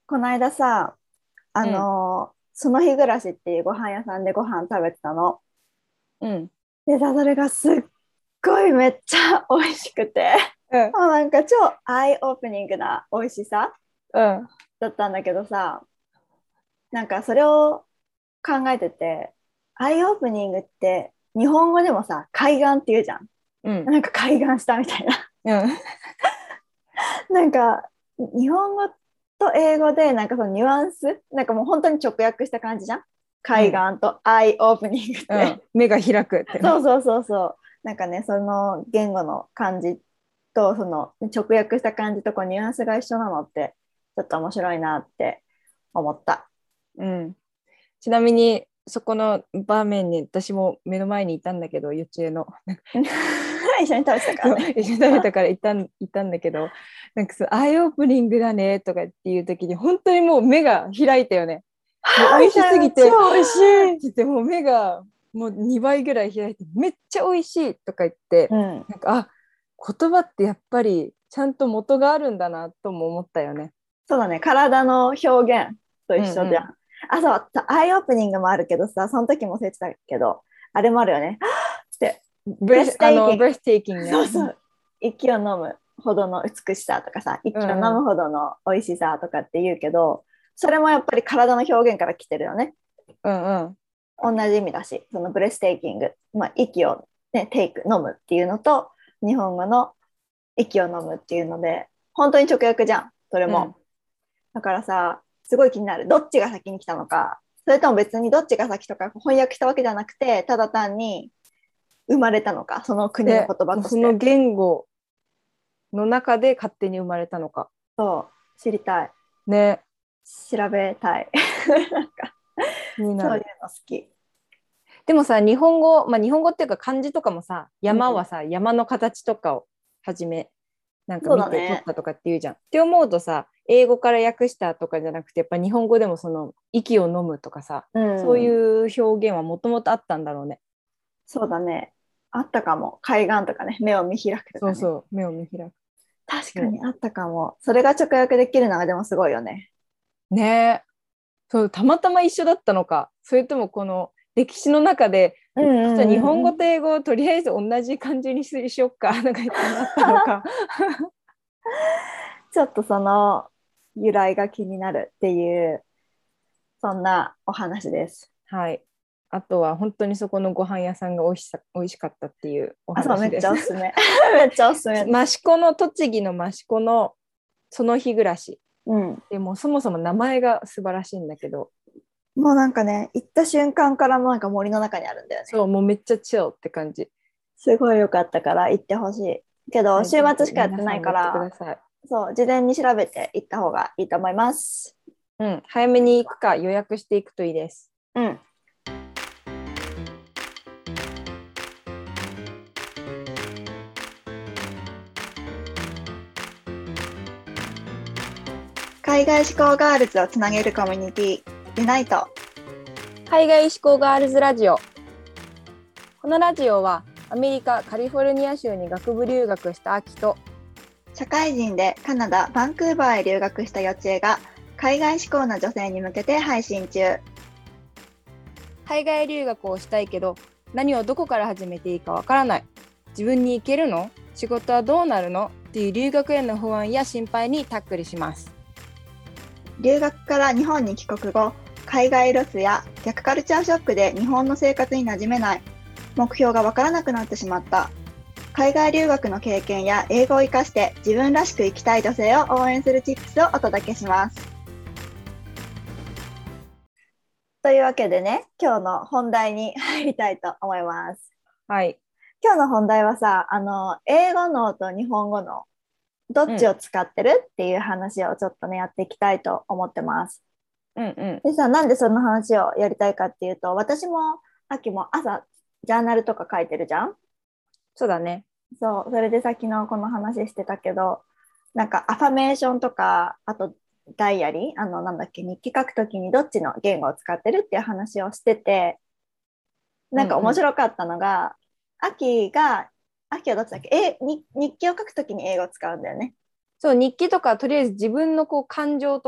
この間さ、 うん、 その日暮らしっていうご飯屋さんでご飯食べてたの。 うん、 でさ、それがすっごいめっちゃ美味しくて、 うん、 もうなんか超アイオープニングな美味しさうん、 だったんだけどさ、なんかそれを考えてて、アイオープニングって日本語でもさ、海岸って言うじゃん。 うん、 なんか海岸したみたいな。 うん、 なんか日本語と英語でなんかそのニュアンス、なんかもう本当に直訳した感じじゃん。海うん、 岸とアイオープニングって。 うん、目が開くってね。 そうそうそうそう。なんかね、その言語の感じと、その直訳した感じとこうニュアンスが一緒なのって、ちょっと面白いなって思った。 うん。ちなみに、そこの場面に私も目の前にいたんだけど、幼稚園の。 一緒に食べてたからそう、 ね。 一緒に食べたからいたんだけど、なんかそう、アイオープニングだねとかっていう時に、本当にもう目が開いたよね。もう美味しすめっちぎて、 ゃ美味しい。 ってもう目がもう2倍ぐらい開いて、めっちゃ美味しいとか言って、 うん。 なんか、言葉ってやっぱりちゃんと元があるんだなとも思ったよね。 そうだね。体の表現とうんうん。 一緒じゃん。あ、そう、アイオープニングもあるけどさ、その時も忘れてたけど、あれもあるよね。って、ブレスブレテイキング。 ステイキングね。 そうそう。息を飲むほどの美しさとかさ、息を飲むうんうん。 ほどの美味しさとかって言うけど、それもやっぱり体の表現から来てるよね。 うんうん。 同じ意味だし、そのブレステイキング、まあ、息を、ね、テイク、飲むっていうのと、日本語の息を飲むっていうので、本当に直訳じゃん、それも。 うん。 だからさ、すごい気になる。どっちが先に来たのか、それとも別にどっちが先とか翻訳したわけじゃなくて、ただ単に生まれたのか、その国ので、 言葉もうそのとして。 言語の中で勝手に生まれたのか。 そう、知りたい。 ね。 調べたい。なんか、そういう気になる。 の好き。 でもさ、日本語、まあ日本語っていうか漢字とかもさ、 うん、 山はさ、山の形とかをはじめ、なんかそう見て取っだね。 たとかって言うじゃん。って思うとさ、英語から訳したとかじゃなくて、やっぱ日本語でもその息を飲むとかさ、 うそういん、 う表現はもともとあったんだろうね。 そうだね。あったかも。海岸とかね、目を見開くとかね。 そうそう、目を見開く。 確かそにあったかも。それが直訳できるのがでもすごいよね。 う。ねえ。そう、たまたま一緒だったのか、それともこの歴史の中で、 うんじゃあ日うんうんうん。 本語と英語をとりあえず同じ感じにしよっか、なんか言ってなったのか。 ちょっとその由来が気になるっていう、そんなお話です。 はい。あとは本当にそこのご飯屋さんが美味しかったっていうおあ、そう、めっ話です。 ちゃおすすめ。めっちゃおすすめ。 益子の、栃木の益子のその日暮らし。 うん。 でもそもそも名前が素晴らしいんだけど、 もうなんかね、行った瞬間からもうなんか森の中にあるんだよね。 そう、もうめっちゃチルって感じ。 すごい良かったから行ってほしい。けど、 はい、 週ぜひ末しかやってない皆さんも行ってくから、 ださい。 そう、事前に調べて行った方がいいと思います。 うん、早めに行くか予約していくといいです。 うん。海外志向ガールズをつなげるコミュニティ、ユナイト。 海外志向ガールズラジオ。このラジオはアメリカ・カリフォルニア州に学部留学した秋と社会人でカナダ・バンクーバーへ留学したよちえが海外志向の女性に向けて配信中。 海外留学をしたいけど何をどこから始めていいかわからない。自分に行けるの？仕事はどうなるの？っていう留学への不安や心配にタックルします。 留学から日本に帰国後、海外ロスや逆カルチャーショックで日本の生活に馴染めない、目標がわからなくなってしまった、海外留学の経験や英語を活かして自分らしく生きたい女性を応援するチップスをお届けします。というわけでね、今日の本題に入りたいと思います。 はい。 今日の本題はさ、英語脳と日本語脳、どっちうん。 を使ってるっていう話をちょっとね、やっていきたいと思ってます。 うんうん。 でさ、なんでその話をやりたいかっていうと、私も、さっきも朝、ジャーナルとか書いてるじゃん。 そうだね。 そう、それでさ、昨日この話してたけど、なんかアファメーションとか、あとダイアリー、なんだっけ、日記書くときにどっちの言語を使ってるっていう話をしてて、なんか面うんうん。 白かったのが、秋が、秋はどっちだっけ、日記を書くときに英語を使うんだよね。 そう、日記とかとりあえず自分のこう感情とか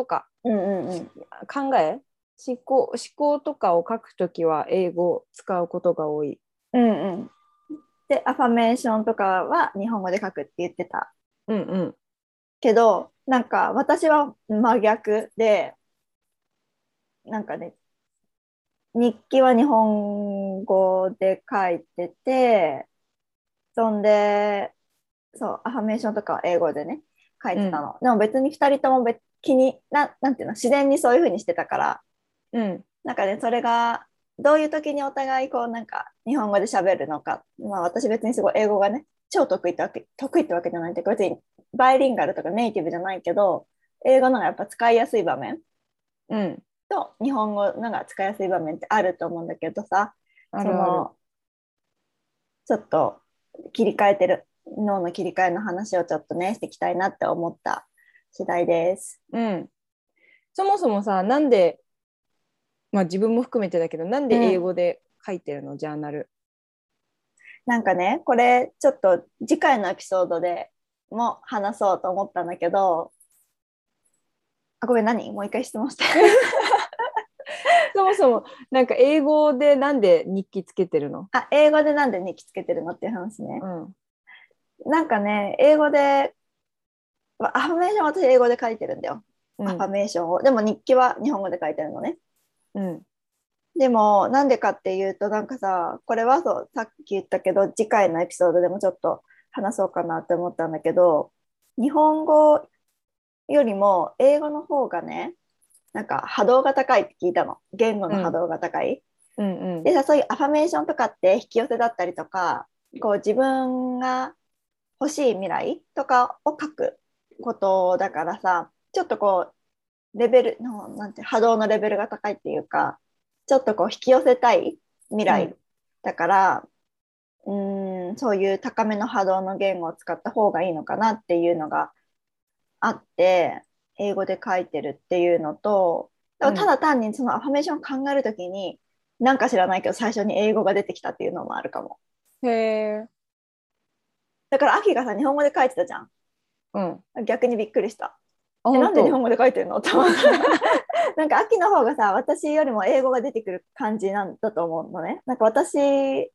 うんうん考え思考とかを書くときは英語を使うことが多い。 うんうん。で、アファメーションとかは日本語で書くって言ってたうんうん。 けど、なんか私は真逆で、なんかね、日記は日本語で書いてて、そんで、そう、アファメーションとかは英語でね、書いうん。 てたの。でも別に2人とも別気になんていうの、自然にそういう風にしてたから、 うん。 なんかね、それがどういう時にお互いこうなんか日本語で喋るのか、まあ私別にすごい英語がね、超得意ってわけじゃないんだけど、別にバイリンガルとかネイティブじゃないけど、英語のがやっぱ使いやすい場面うん。 と日本語のが使いやすい場面ってあると思うんだけどさ、 あるある。 そのちょっと切り替えてる、脳の切り替えの話をちょっとね、していきたいなって思った次第です。 うん。そもそもさ、なんで、まあ自分も含めてだけど、なんで英うん。 語で書いてるの、ジャーナル。 なんかね、これちょっと次回のエピソードでも話そうと思ったんだけど、あ、ごめん、何もう一回質問して。 そもそも、なんか英語でなんで日記つけてるの？ あ、英語でなんで日記つけてるのっていう話ね。 うん。 なんかね、英語で、アファメーションは私英語で書いてるんだよ。アファうん。 メーションを。でも日記は日本語で書いてるのね。 うん。 でも、なんでかっていうと、なんかさ、これはそう、さっき言ったけど、次回のエピソードでもちょっと話そうかなって思ったんだけど、日本語よりも英語の方がね、なんか波動が高いって聞いたの。言語うん。 の波動が高い。 うん。うん。 でさ、そういうアファメーションとかって引き寄せだったりとか、こう自分が欲しい未来とかを書くことだからさ、ちょっとこう、レベルの、なんて、波動のレベルが高いっていうか、ちょっとこう引き寄せたい未来うん。 だから、そういう高めの波動の言語を使った方がいいのかなっていうのがあって、英語で書いてるっていうのと、たうん。 だ単にそのアファメーションを考えるときに、なんか知らないけど最初に英語が出てきたっていうのもあるかも。 へえ。 だからアキがさ、日本語で書いてたじゃん。 うん。 逆にびっくりした。 あ、 なんで日本当？ 本語で書いてるのって思った。なんか秋の方がさ、私よりも英語が出てくる感じなんだと思うのね。なんか私、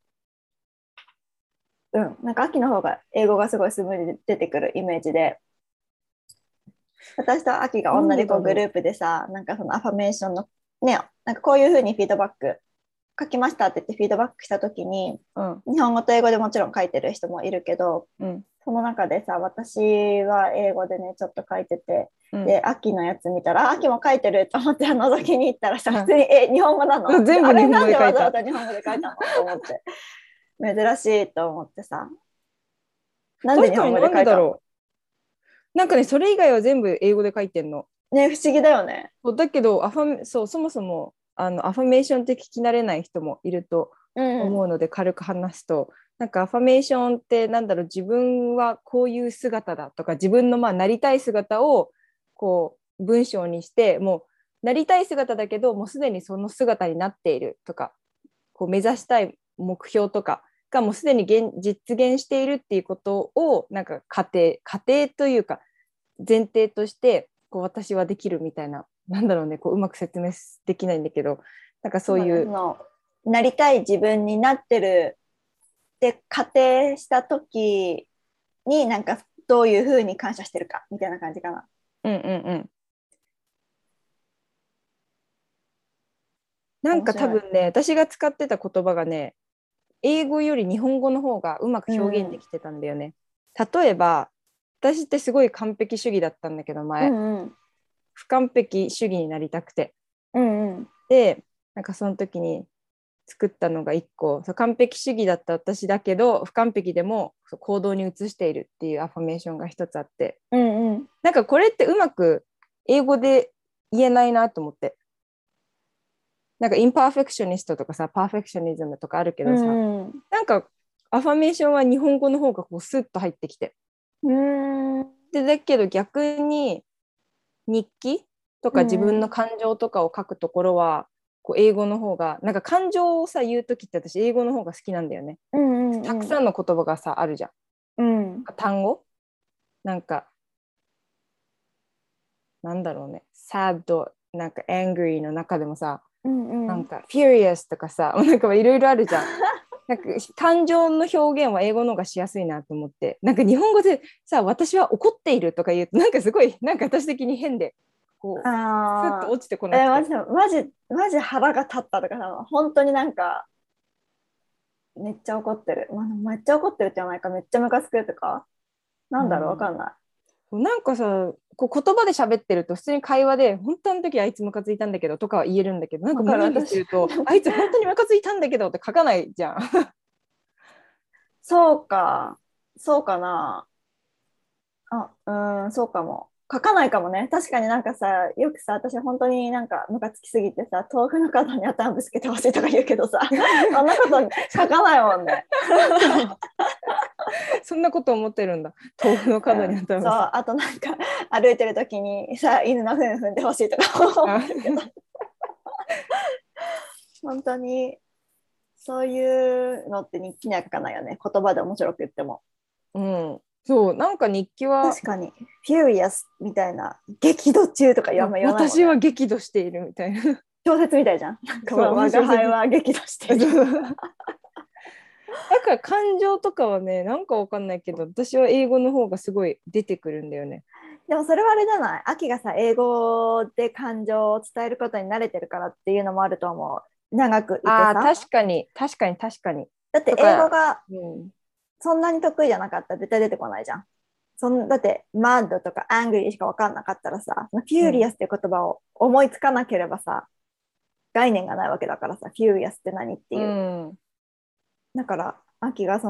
なんか秋の方が英語がすごいスムーズに出てくるイメージで、私と秋がなん同じでだろこうグループでさ、なんかそのアファメーションの、ね、なんかこういうふうにフィードバック、書きましたって言ってフィードバックしたときに、 う。うん。 日本語と英語でもちろん書いてる人もいるけど、 うん。 その中でさ、私は英語でね、ちょっと書いてて、 うん。 で、秋のやつ見たら、秋も書いてると思って覗きに行ったらさ、普通うに、日本語なので、あれ、 ん全部日本なんでわざわ語で書いた。 ざ日本語で書いたのと思って、珍しいと思ってさ、なんで日本語で確かになん書いたの？ でだろう。なんかね、それ以外は全部英語で書いてんの。 ね、不思議だよね。 そうだけど、そう、そもそもアファメーションって聞き慣れない人もいるとうん、 思うので、軽く話すと、なんかアファメーションってなんだろう、自分はこういう姿だとか、自分のまあなりたい姿をこう文章にして、もうなりたい姿だけど、もうすでにその姿になっているとか、こう目指したい目標とかがもうすでに実現しているっていうことを、なんか過程というか、前提としてこう私はできるみたいな、なんだろうね、こううまく説明できないんだけど、なんかそうそうね、そいう、 の、なりたい自分になってるって仮定した時に、なんかどういうふうに感謝してるかみたいな感じかな。 うんうんうん、なんか多面白い。 分ね、私が使ってた言葉がね、英語より日本語の方がうまくうん、 表現できてたんだよね。例えば、私ってすごい完璧主義だったんだけど、前、 うんうん不完璧主義になりたくて。 うんうんで、なんかその時に作ったのが一個、そう完璧主義だった私だけど、不完璧でもそう行動に移しているっていうアファメーションが一つあって、 うんうん。 なんかこれってうまく英語で言えないなと思って。なんかインパーフェクショニストとかさ、パーフェクショニズムとかあるけうどさ、 んなんかアファメーションは日本語の方がこうスッと入ってきて。 うん。 で、だけど逆に日記とか自うんうん分の感情とかを書くところは、こう英語の方が、なんか感情をさ、言うときって私英語の方が好きなんだよね。 うんたくうんさんの言葉がさ、あるじゃん。 うん単語なんか、 なんだろうね、sad、なんか angry の中でもさ、 うんうん。 なんか furious とかさ、なんかいろいろあるじゃん。なんか感情の表現は英語の方がしやすいなと思って、なんか日本語でさ、私は怒っているとか言うと、なんかすごい、なんか私的に変で、こう、スッとあ落ちてこあ、 なくて。 マジ腹が立ったとかさ、本当になんか、めっちゃ怒ってる。まあ、めっちゃ怒ってるって言わないか、めっちゃムカつくとか、なんだろう、わうん、 かんななんかさ、こう言葉で喋ってると普通に会話で本当の時あいつムカついたんだけどとかは言えるんだけど、ない。 んかわかる、 文字にす私。 るとあいつ本当にムカついたんだけどって書かないじゃん。 そうか、そうかな。そうかも。書かないかもね。確かになんかさ、よくさ、私本当になんかムカつきすぎてさ、豆腐の角に頭ぶつけてほしいとか言うけどさ、そんなこと書かないもんね。 そう、そんなこと思ってるんだ。豆腐の角に頭そう、 ぶつあとなんか歩いてる時にさ、犬の糞踏んでほしいとか思ってるけど、本当にそういうのって日記には書かないよね。言葉で面白く言っても。 うん、そう、なんか日記は、 確かに、furious みたいな、激怒中とかあんま言わないもんね。 私は激怒しているみたいな。 小説みたいじゃん。なんかそう、 我が輩は激怒している。 だから感情とかはね、なんかわかんないけど、私は英語の方がすごい出てくるんだよね。 でもそれはあれじゃない。秋がさ、英語で感情を伝えることに慣れてるからっていうのもあると思う。長くいてああ、 さ。 確かに、確かに、確かに。 だって英語とか、 がうん、 そんなに得意じゃなかったら絶対出てこないじゃん。だって、mad とか angry しか分かんなかったらさ、 うん、 furious っていう言葉を思いつかなければさ、概念がないわけだからさ、furious って何ってういう。 ん。 だから、秋が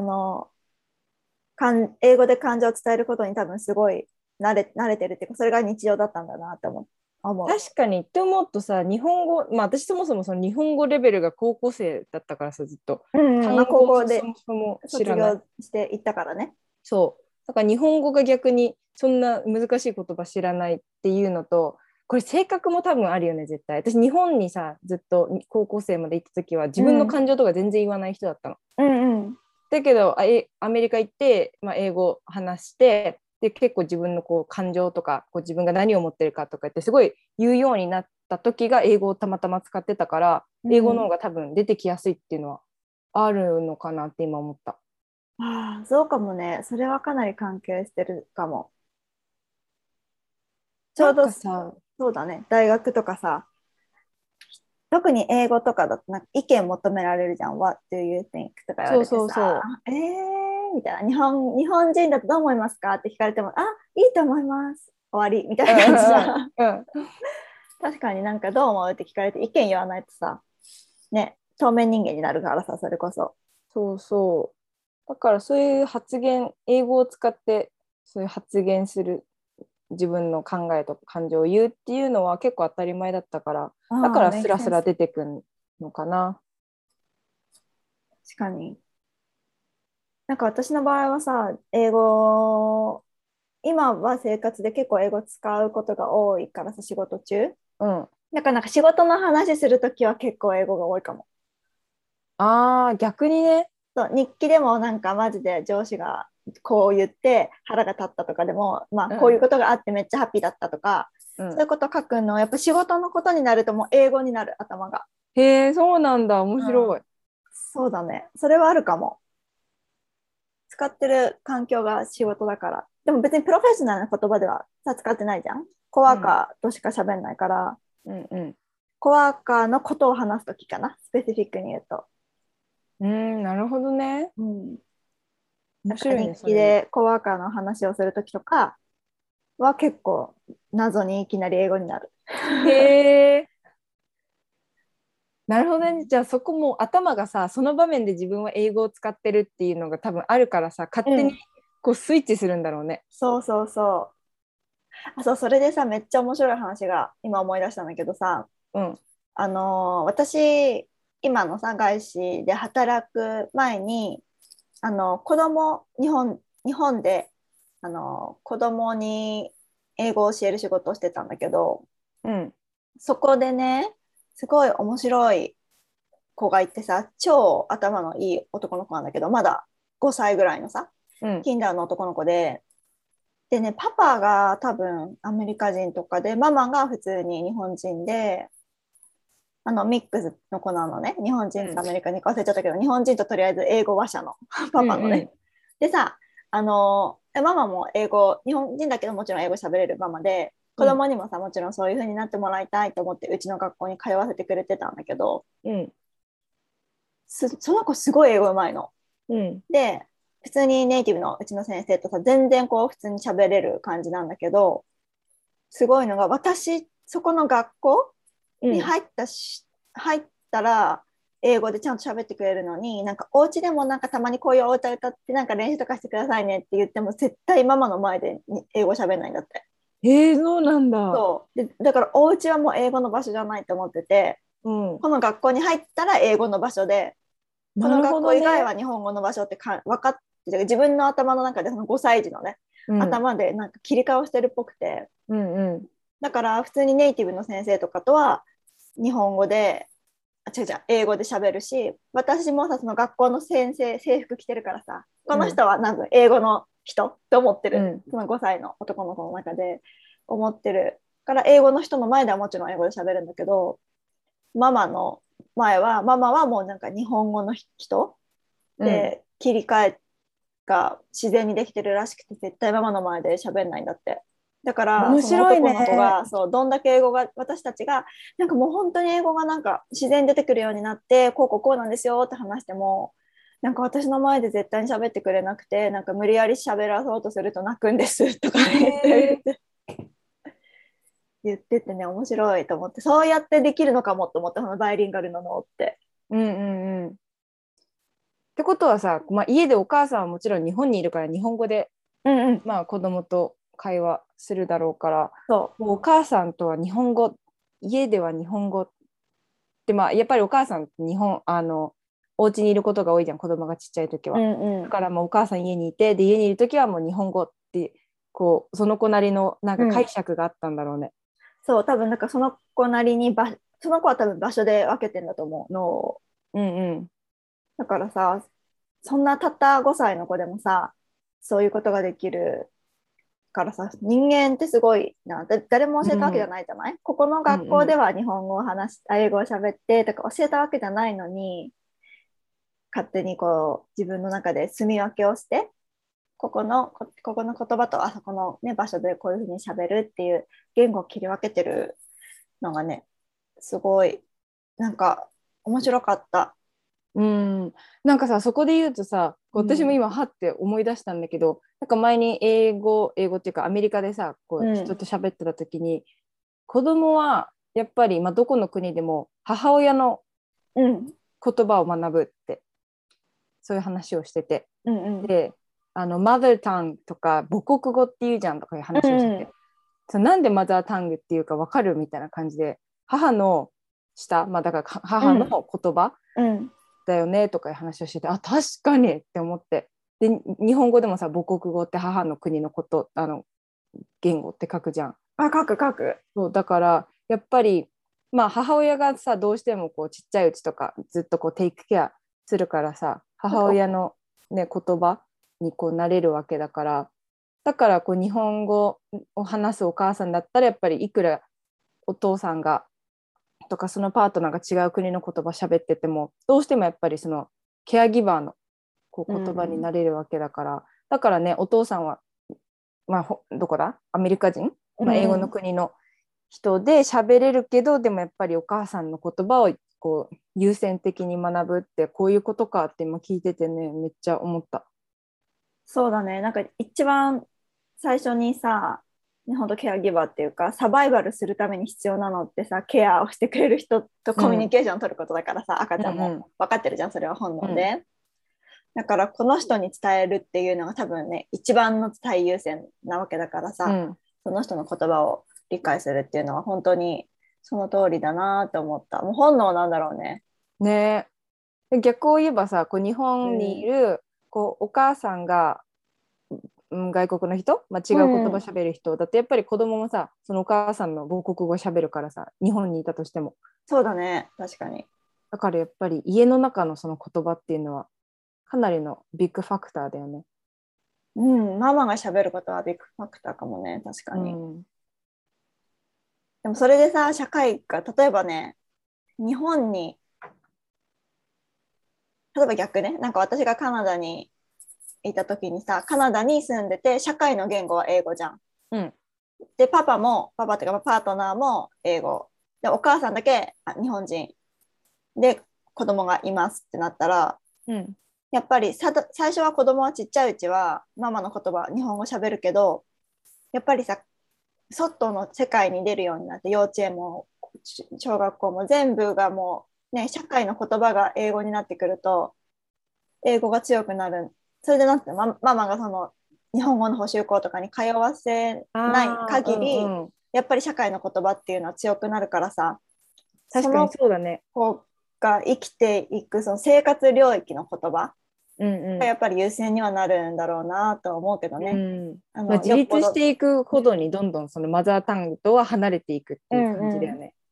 英語で感情を伝えることに多分すごい慣れてるっていうか、それが日常だったんだなって思う。 確かにって思うとさ、日本語、まあ私そもそもその日本語レベルが高校生だったからさ、ずっと。 うんうん、まあ、 単語をそ高校でもそも知卒らない。 業していったからね。 そう。だから日本語が逆にそんな難しい言葉知らないっていうのと、これ性格も多分あるよね、絶対。私日本にさ、ずっと高校生まで行った時は自分のうん感情とか全然言わない人だったの。 うんうん。 だけどアメリカ行って、まあ、英語話してで結構自分のこう感情とかこう自分が何を思ってるかとかってすごい言うようになった時が英語をたまたま使ってたから英語の方が多分出てきやすいっていうのはあるのかなって今思った。 ああ、そうかもね。それはかなり関係してるかも。ちなんょうどかさ、 そうだね。大学とかさ、特に英語とかだとなんか意見求められるじゃん。What do you think? とか言わそうれてさ、 そうそみたいな。日本人だとどう思いますかって聞かれても、いいと思います。終わり。みたう。ういな感じじゃんん。 うんうんうん。 確かになんかどう思うって聞かれて意見言わないとさ、ね、透明人間になるからさ、それこそ。 そうそう。だからそういう発言、英語を使ってそういう発言する自分の考えとか感情を言うっていうのは結構当たり前だったから、だかああ、 らス make ラスラ sense。 出てくるのかな。 確かに。なんか私の場合はさ、英語、今は生活で結構英語使うことが多いからさ、仕事中。 うん。 だからなんか仕事の話するときは結構英語が多いかも。 ああ、逆にね。 そう、日記でもなんかマジで上司がこう言って腹が立ったとかでも、まあうん。 こういうことがあってめっちゃハッピーだったとか、 うん。 そういうこと書くの、やっぱ仕事のことになるともう英語になる頭が。 へえ、そうなんだ。面うん。 白い。 そうだね。それはあるかも。使ってる環境が仕事だから。でも別にプロフェッショナルな言葉ではさ、使ってないじゃん。コワーうん。 カーとしか喋んないから、 うんうん。 コワーカーのことを話すときかな。スペシフィックに言うと。 うん、なるほどね。 うん。だから面白いね、そ日記れも。 でコワーカーの話をするときとかは結構謎にいきなり英語になる。 へえ、なるほどね。じゃあそこも頭がさ、その場面で自分は英語を使ってるっていうのが多分あるからさ、勝手にうん。 こうスイッチするんだろうね。 そうそうそう。そう、それでさ、めっちゃ面白い話が今思い出したんだけどさ、 うん。 私、今のさ、外資で働く前に、日本で、子供に英語を教える仕事をしてたんだけど、 うん。 そこでね、すごい面白い子がいてさ、超頭のいい男の子なんだけど、まだ5歳ぐらいのさ、 うん。 キンダーの男の子で、 でね、パパが多分アメリカ人とかで、ママが普通に日本人で、ミックスの子なのね。日本人とアメリカに行かせちゃったけど、日本人ととりあえず英語話者のパパのね。でさ、ママも英語、日本人だけどもちろん英語喋れるママで、子供にもさ、もちろんそういう風になってもらいたいと思って、うちの学校に通わせてくれてたんだけど、その子すごい英語うまいの。で、普通にネイティブのうちの先生とさ、全然こう普通に喋れる感じなんだけど、すごいのが、私、そこの学校に入ったら、英語でちゃんと喋ってくれるのに、なんかお家でもなんかたまにこういうお歌歌ってなんか練習とかしてくださいねって言っても絶対ママの前で英語喋んないんだって。 そうなんだ。 そうで、だからお家はもう英語の場所じゃないと思ってて、この学校に入ったら英語の場所で、この学校以外は日本語の場所って分かってて、自分の頭の中でその5歳児のね、頭でなんか切り替えをしてるっぽくて、だから普通にネイティブの先生とかとは日本語で英語で喋るし、私もさ、その学校の先生制服着てるからさ、この人はなんか英語の人って思ってる、その5歳の男の子の中で思ってるから英語の人の前ではもちろん英語で喋るんだけど、ママはもうなんか日本語の人で切り替えが自然にできてるらしくて、絶対ママの前で喋んないんだって。だからその男の子がそうどんだけ英語が私たちがなんかもう本当に英語がなんか自然に出てくるようになってこうなんですよって話してもなんか私の前で絶対に喋ってくれなくてなんか無理やり喋らそうとすると泣くんですとか言っててね面白いと思ってそうやってできるのかもと思ってそのバイリンガルの脳って。 ってことはさ、家でお母さんはもちろん日本にいるから日本語で、子供と会話するだろうからもうお母さんとは日本語家では日本語でやっぱりお母さんお家にいることが多いじゃん子供がちっちゃい時は、だからもうお母さん家にいてで家にいる時はもう日本語ってこうその子なりのなんか解釈があったんだろうね、 そう多分なんかその子なりにその子は多分場所で分けてんだと思うの、だからさそんなたった5歳の子でもさそういうことができるからさ人間ってすごいな誰も教えたわけじゃないじゃない、ここの学校では日本語を英語を喋ってとか教えたわけじゃないのに勝手にこう自分の中で住み分けをしてここの言葉とあそこの、ね、場所でこういうふうに喋るっていう言語を切り分けてるのがねすごいなんか面白かった。 なんかさそこで言うとさ私も今はって思い出したんだけど、なんか前に英語っていうかアメリカでさこう人と喋ってた時に、子供はやっぱり、どこの国でも母親の言葉を学ぶって、そういう話をしてて、でマザータングとか母国語っていうじゃんとかいう話をしてて、なんでマザータングっていうか分かるみたいな感じで母のだから母の言葉、だよねとかいう話をしてて、確かにって思って、で日本語でもさ母国語って母の国の言語って書くじゃん。 書くそうだからやっぱり母親がさどうしてもこうちっちゃいうちとかずっとこうテイクケアするからさ母親の、ね、言葉にこうなれるわけだから、だからこう日本語を話すお母さんだったらやっぱりいくらお父さんがとかそのパートナーが違う国の言葉喋っててもどうしてもやっぱりそのケアギバーのこう言葉になれるわけだから、だからねお父さんは、どこだアメリカ人、英語の国の人で喋れるけど、でもやっぱりお母さんの言葉をこう優先的に学ぶってこういうことかって今聞いててねめっちゃ思った。 そうだねなんか一番最初にさ本当ケアギバーっていうかサバイバルするために必要なのってさケアをしてくれる人とコミュニケーションを取ることだからさ、赤ちゃんも分かってるじゃんそれは本能で、だからこの人に伝えるっていうのが多分ね一番の最優先なわけだからさ、その人の言葉を理解するっていうのは本当にその通りだなって思った。もう本能なんだろうね。 ねえ、逆を言えばさこう日本にいる、こうお母さんが外国の人、違う言葉喋る人だってやっぱり子供もさそのお母さんの母国語喋るからさ日本にいたとしても。 そうだね確かに。 だからやっぱり家の中のその言葉っていうのはかなりのビッグファクターだよね。 うん、ママが喋ることはビッグファクターかもね、確かに。 うん。 でもそれでさ、社会が、例えばね、日本に、例えば逆ね、なんか私がカナダにいた時にさ、カナダに住んでて、社会の言語は英語じゃん。 うん。 で、パパっていうかパートナーも英語。で、お母さんだけ日本人。で、子供がいますってなったら、 うん。 やっぱり最初は子供はちっちゃいうちは、ママの言葉、日本語喋るけど、やっぱりさ、外の世界に出るようになって、幼稚園も小学校も全部がもう、ね、社会の言葉が英語になってくると、英語が強くなる。それでなんてママがその日本語の補習校とかに通わせないああ、う限り、 んうん。 やっぱり社会の言葉っていうのは強くなるからさ、そ確かにのそうだね。 子が生きていくその生活領域の言葉うんうがやっぱり優先にはなるんだろうなと思うけどん。うね。 ん。まあ、自よっぽど。 立していくほどにどんどんそのマザータングとは離れていくってういう感じんうん。 だよね。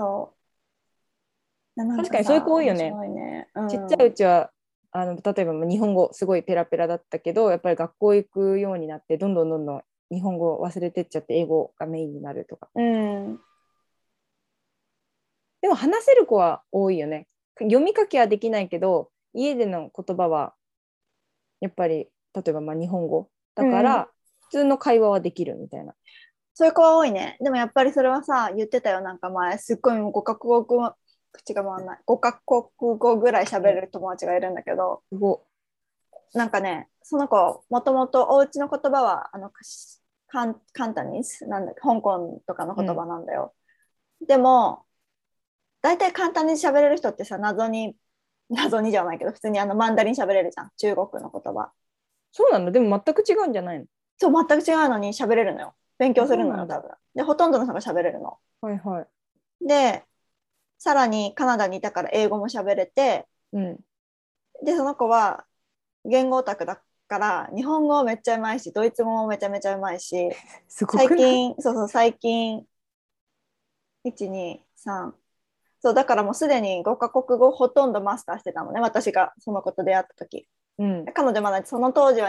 そうなん確かにそういうかさ、面子多いよね。 白いね。うちっちゃいうん。 ちは例えば日本語すごいペラペラだったけど、やっぱり学校行くようになってどんどんどんどん日本語を忘れてっちゃって英語がメインになるとか。 うん。 でも話せる子は多いよね。読み書きはできないけど家での言葉はやっぱり例えばまあ日本語だかうんうん。 ら普通の会話はできるみたいな。 そういう子は多いね。でもやっぱりそれはさ、言ってたよ。なんか前、すっごいもう5カ国語、口が回らない。5カ国語ぐらい喋れうん、 る友達がいるんだけど、 すごなんかね、その子、もともとお家の言葉は、カンタニースなんだ、香港とかのい。う言葉ん。 なんだよ。でも、大体簡単に喋れる人ってさ、謎にじゃないけど、普通にマンダリン喋れるじゃん。中国の言葉。 そうなの？でも全く違うんじゃないの？ そう、全く違うのに喋れるのよ。勉あ、 強するのよ、 そうなんだ。 多分。で、ほとんどの人が喋れるの。 はいはい。 で、さらにカナダにいたから英語も喋れて、 うん。 で、その子は言語オタクだから、日本語めっちゃうまいし、ドイツ語もめちゃめちゃうまいし、 すごくない？ 最近、1、2、3、そう、だからもうすでに5カ国語ほとんどマスターしてたのね、私がその子と出会った時。 うん。 彼女まだその当時は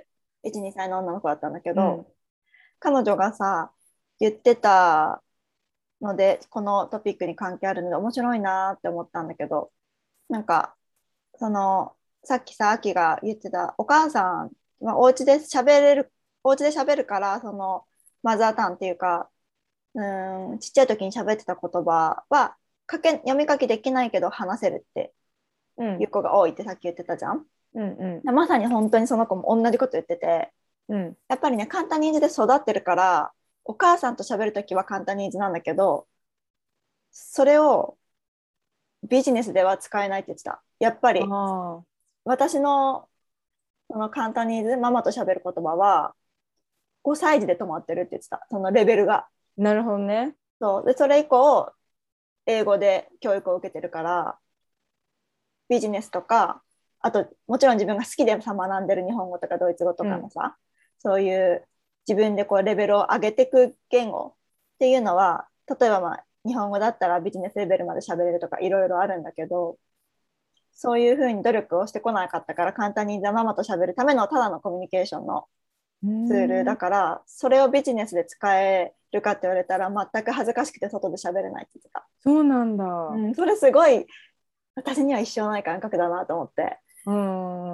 21、2歳の女の子だったんだけど、 うん。 彼女がさ、言ってたので、このトピックに関係あるので面白いなって思ったんだけど、なんか、その、さっきさ、アキが言ってた、お母さん、まあ、お家で喋るから、その、マザータンっていうか、ちっちゃい時に喋ってた言葉は、読み書きできないけど話せるってうん。 いう子が多いってさっき言ってたじゃん。 うん。うん。 まさに本当にその子も同じこと言ってて、 うん。 やっぱりね、簡単にーズで育ってるから、お母さんと喋るときは簡単にーズなんだけど、それをビジネスでは使えないって言ってた。やっぱあり、 あ、 私のその簡単にーズ、ママと喋る言葉は、5歳児で止まってるって言ってた。そのレベルが。 なるほどね。 そう。で、それ以降、英語で教育を受けてるから、ビジネスとか、あと、もちろん自分が好きでさ、学んでる日本語とかドイツ語とうん。 かのさ、そういう自分でこうレベルを上げていく言語っていうのは、例えばまあ、日本語だったらビジネスレベルまで喋れるとかいろいろあるんだけど、そういうふうに努力をしてこなかったから簡単にママと喋るためのただのコミュニケーションのうーツールだん。 から、それをビジネスで使えるかって言われたら全く恥ずかしくて外で喋れないって言ってた。 そうなんだ。 それすごい私には一生ない感覚だなと思って、 うん。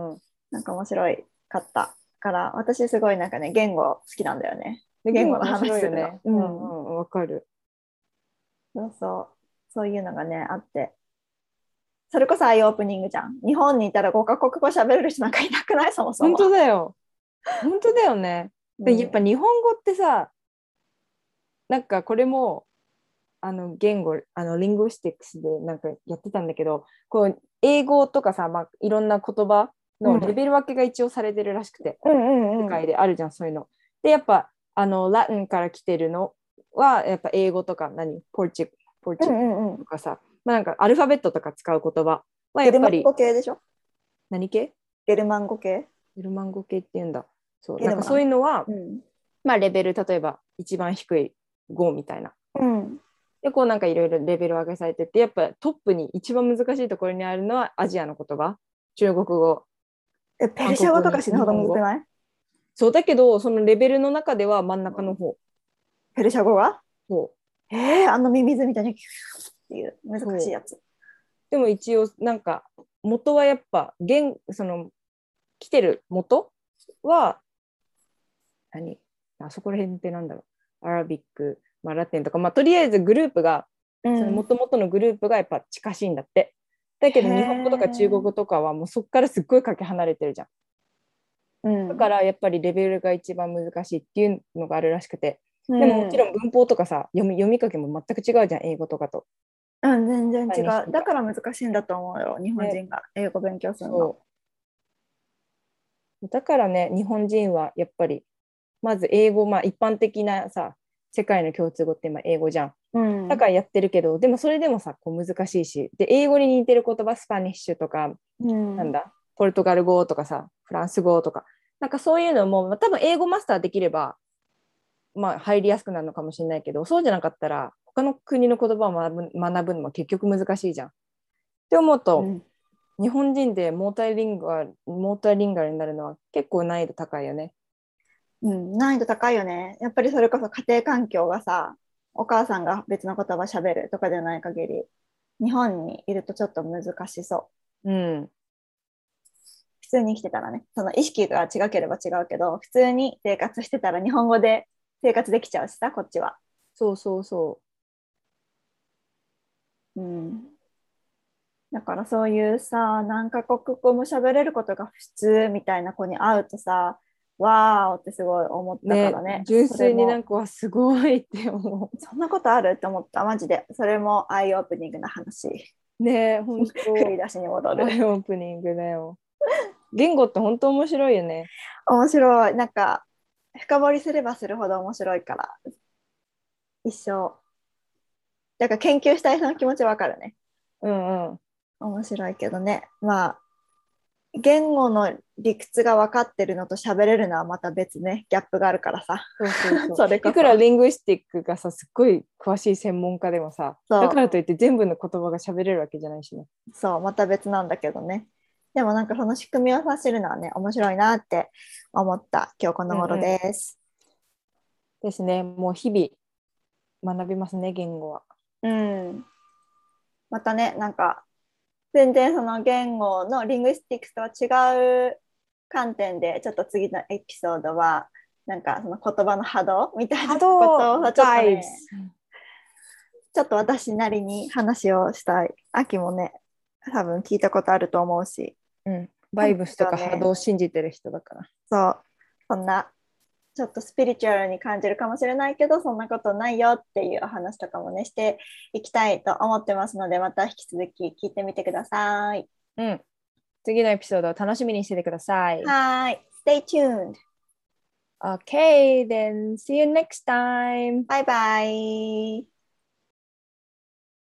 うん。 なんか面白いかったから、私すごいなんかね、言語好きなんだよね。で、言語の言語面話するの。 白いよね。うんうん、わかる。 そうそう。そういうのがね、あって。それこそアイオープニングじゃん。日本にいたら5カ国語喋れる人なんかいなくないそもそ本も。 当だよ。本当だよね。で、やっぱうん。 日本語ってさ、なんかこれも、言語、リングスティックスでなんかやってたんだけど、こう、英語とかさ、まあ、いろんな言葉のレうん。 ベル分けが一応されてるらしくて、 うん世うんうん。 界であるじゃん、そういうの。で、やっぱ、ラテンから来てるのは、やっぱ英語とか、ポルうんチうんうん。 とかさ、まあなんかアルファベットとか使う言葉はやゲルマンっぱり、 語系でしょ？ 何系？ ゲルマン語系？ ゲルマン語系って言うんだ。そう、なんかそうゲルマン。 いうのは、 うん。 まあレベル、例えば一番低い5みたいな。 うん。 で、こうなんかいろいろレベル分けされてて、やっぱトップに一番難しいところにあるのはアジアの言葉、中国語、 え、ペル韓国語、 シャ語とか死ぬほど日本語。 むずくない？ そうだけど、そのレベルの中では真ん中の方。 ペルシャ語がそうあのミミズみたいにキューっていう難しいやつ。 でも一応なんか元はやっぱその来てる元はあそこら辺ってなんだろう、アラビック、まあ、ラテンとか、まあ、とりあえずグループが、その元々のグループがやっぱ近しいんだって。だけど日本語とか中国語とかはもうそこからすっごいかけ離れてるじゃん。だからやっぱりレベルが一番難しいっていうのがあるらしくて。でももちろん文法とかさ、読み書きも全く違うじゃん、英語とかと。 全然違う。だから難しいんだと思うよ、日本人が英語勉強するの。 そうだからね、日本人はやっぱりまず英語、まあ一般的なさ、世界の共通語って今英語じゃん。だからやってるけど、でもそれでもさ、こう難しいし、で、英語に似てる言葉、スパニッシュとか、なんだ、ポルトガル語とかさ、フランス語とか、なんかそういうのも、多分英語マスターできれば、まあ入りやすくなるのかもしれないけど、そうじゃなかったら、他の国の言葉を学ぶのも結局難しいじゃん。って思うと、日本人でモーターリンガルになるのは結構難易度高いよね。 難易度高いよね。やっぱりそれこそ家庭環境がさ、お母さんが別の言葉喋るとかでない限り、日本にいるとちょっと難しそう。普通に生きてたらね、その意識が違ければ違うけど、普通に生活してたら日本語で生活できちゃうしさ、こっちは。 そうそうそう。 だからそういうさ、何カ国語も喋れることが普通みたいな子に会うとさ、わーってすごい思ったからね。 純粋になんかすごいって思う。そんなことあるって思った、マジで。それもアイオープニングな話。 ね、本当。 振り出しに戻る。 アイオープニングだよ。言語って本当面白いよね。 面白い。なんか、深掘りすればするほど面白いから。一生。だから研究したい人の気持ちわかるね。面白いけどね。まあ、言語の理屈が分かってるのと喋れるのはまた別ね、ギャップがあるからさ。 それいくらリングイスティックがさ、すっごい詳しい専門家でもさ、だからといって全部の言葉が喋れるわけじゃないしね。 そう、また別なんだけどね。でもなんかその仕組みを察するのはね、面白いなって思った今日この頃です。 ですね。もう日々学びますね、言語は。 またね、なんか全然その言語のリングイスティックスとは違う観点でちょっと次のエピソードはなんかその言葉の波動みたいなことをちょっとね、ちょっと私なりに話をしたい。秋もね、多分聞いたことあると思うし、 バイブスとか波動を信じてる人だから。 そう、そんなちょっとスピリチュアルに感じるかもしれないけど、そんなことないよっていうお話とかもね、していきたいと思ってますので、また引き続き聞いてみてください。 次のエピソードを楽しみにしててください。 はい。Stay tuned. Okay, then see you next time. Bye bye.